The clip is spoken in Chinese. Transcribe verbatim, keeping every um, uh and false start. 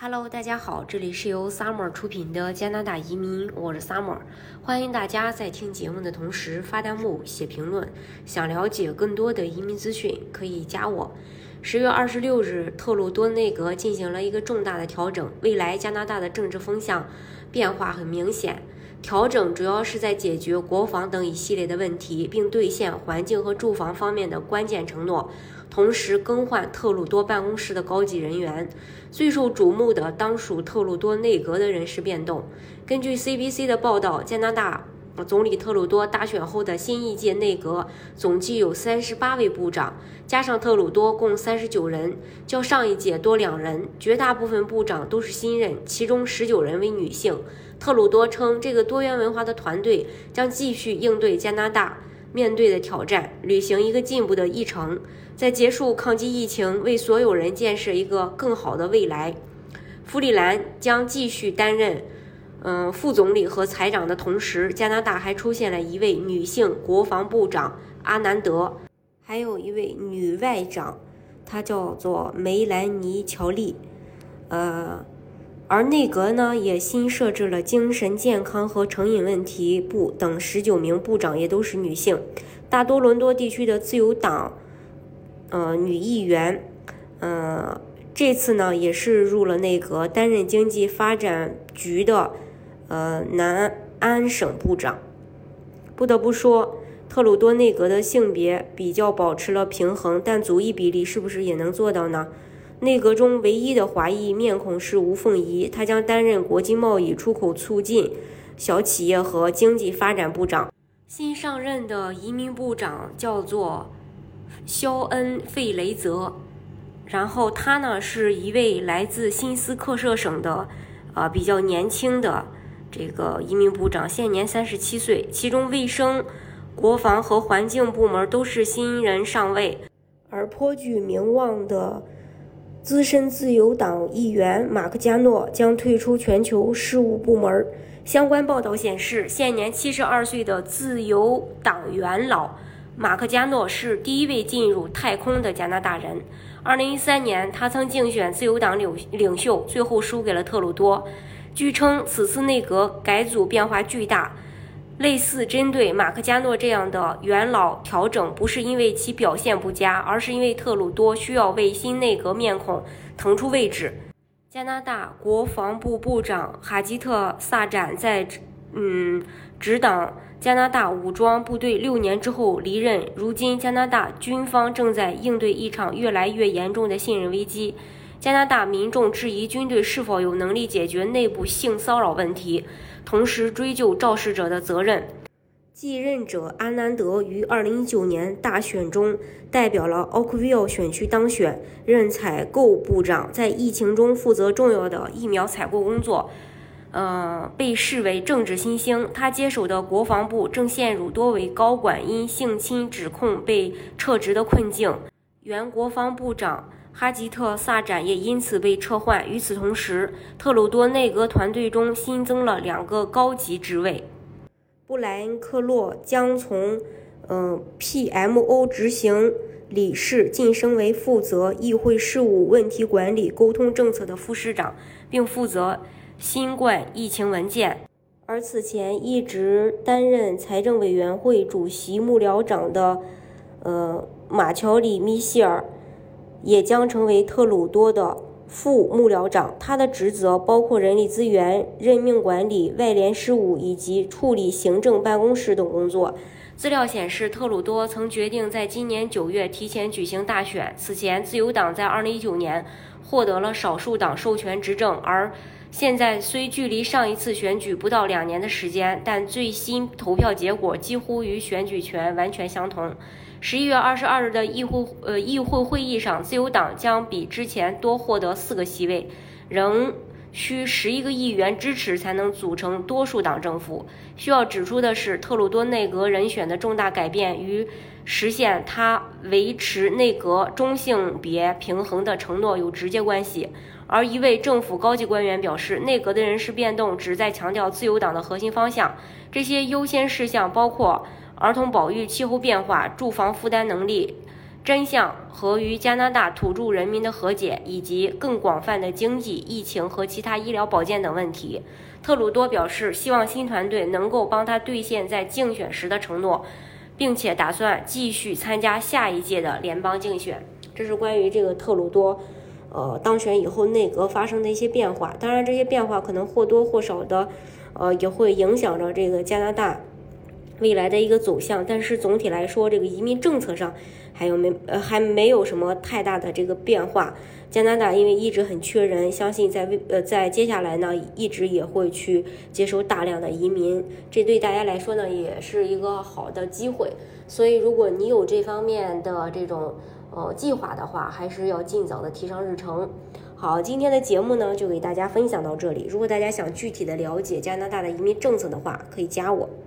Hello， 大家好，这里是由 Summer 出品的加拿大移民，我是 Summer， 欢迎大家在听节目的同时发弹幕、写评论。想了解更多的移民资讯，可以加我。十月二十六日，特鲁多内阁进行了一个重大的调整，未来加拿大的政治风向变化很明显。调整主要是在解决国防等一系列的问题，并兑现环境和住房方面的关键承诺，同时更换特鲁多办公室的高级人员。最受瞩目的当属特鲁多内阁的人事变动。根据 C B C 的报道，加拿大总理特鲁多大选后的新一届内阁总计有三十八位部长，加上特鲁多共三十九人，较上一届多两人。绝大部分部长都是新任，其中十九人为女性。特鲁多称，这个多元文化的团队将继续应对加拿大面对的挑战，履行一个进步的议程，在结束抗击疫情，为所有人建设一个更好的未来。弗里兰将继续担任嗯、呃、副总理和财长的同时，加拿大还出现了一位女性国防部长阿南德，还有一位女外长，她叫做梅兰妮乔利。呃而内阁呢，也新设置了精神健康和成瘾问题部等十九名部长，也都是女性。大多伦多地区的自由党呃女议员，呃这次呢也是入了内阁，担任经济发展局的呃南安省部长。不得不说，特鲁多内阁的性别比较保持了平衡，但族裔比例是不是也能做到呢？内阁中唯一的华裔面孔是吴凤仪，她将担任国际贸易、出口促进、小企业和经济发展部长。新上任的移民部长叫做肖恩·费雷泽，然后他呢是一位来自新斯克舍省的呃比较年轻的这个移民部长，现年三十七岁，其中卫生、国防和环境部门都是新人上位。而颇具名望的资深自由党议员马克加诺将退出全球事务部门。相关报道显示，现年七十二岁的自由党元老马克加诺是第一位进入太空的加拿大人。二零一三年，他曾竞选自由党领袖，最后输给了特鲁多。据称，此次内阁改组变化巨大，类似针对马克加诺这样的元老调整，不是因为其表现不佳，而是因为特鲁多需要为新内阁面孔腾出位置。加拿大国防部部长哈吉特萨展在嗯执掌加拿大武装部队六年之后离任。如今加拿大军方正在应对一场越来越严重的信任危机。加拿大民众质疑军队是否有能力解决内部性骚扰问题，同时追究肇事者的责任。继任者阿南德于二零一九年大选中代表了奥克维尔选区当选，任采购部长，在疫情中负责重要的疫苗采购工作，呃，被视为政治新星。他接手的国防部正陷入多位高管因性侵指控被撤职的困境，原国防部长哈吉特萨展也因此被撤换。与此同时，特鲁多内阁团队中新增了两个高级职位。布莱恩·克洛将从呃 P M O 执行理事晋升为负责议会事务问题管理、沟通政策的副市长，并负责新冠疫情文件。而此前一直担任财政委员会主席幕僚长的呃马乔里·米歇尔也将成为特鲁多的副幕僚长，他的职责包括人力资源、任命管理、外联事务以及处理行政办公室等工作。资料显示，特鲁多曾决定在今年九月提前举行大选。此前，自由党在二零一九年获得了少数党授权执政，而现在虽距离上一次选举不到两年的时间，但最新投票结果几乎与选举权完全相同。十一月二十二日的议会呃议会会议上，自由党将比之前多获得四个席位，仍需十一个议员支持才能组成多数党政府。需要指出的是，特鲁多内阁人选的重大改变与实现他维持内阁中性别平衡的承诺有直接关系。而一位政府高级官员表示，内阁的人事变动旨在强调自由党的核心方向，这些优先事项包括儿童保育、气候变化、住房负担能力、 真相和与加拿大土著人民的和解，以及更广泛的经济、疫情和其他医疗保健等问题。特鲁多表示，希望新团队能够帮他兑现在竞选时的承诺，并且打算继续参加下一届的联邦竞选。这是关于这个特鲁多呃当选以后内阁发生的一些变化。当然，这些变化可能或多或少的呃也会影响着这个加拿大未来的一个走向，但是总体来说，这个移民政策上还有没呃还没有什么太大的这个变化。加拿大因为一直很缺人，相信在呃在接下来呢，一直也会去接收大量的移民，这对大家来说呢也是一个好的机会。所以如果你有这方面的这种呃计划的话，还是要尽早的提上日程。好，今天的节目呢就给大家分享到这里。如果大家想具体的了解加拿大的移民政策的话，可以加我。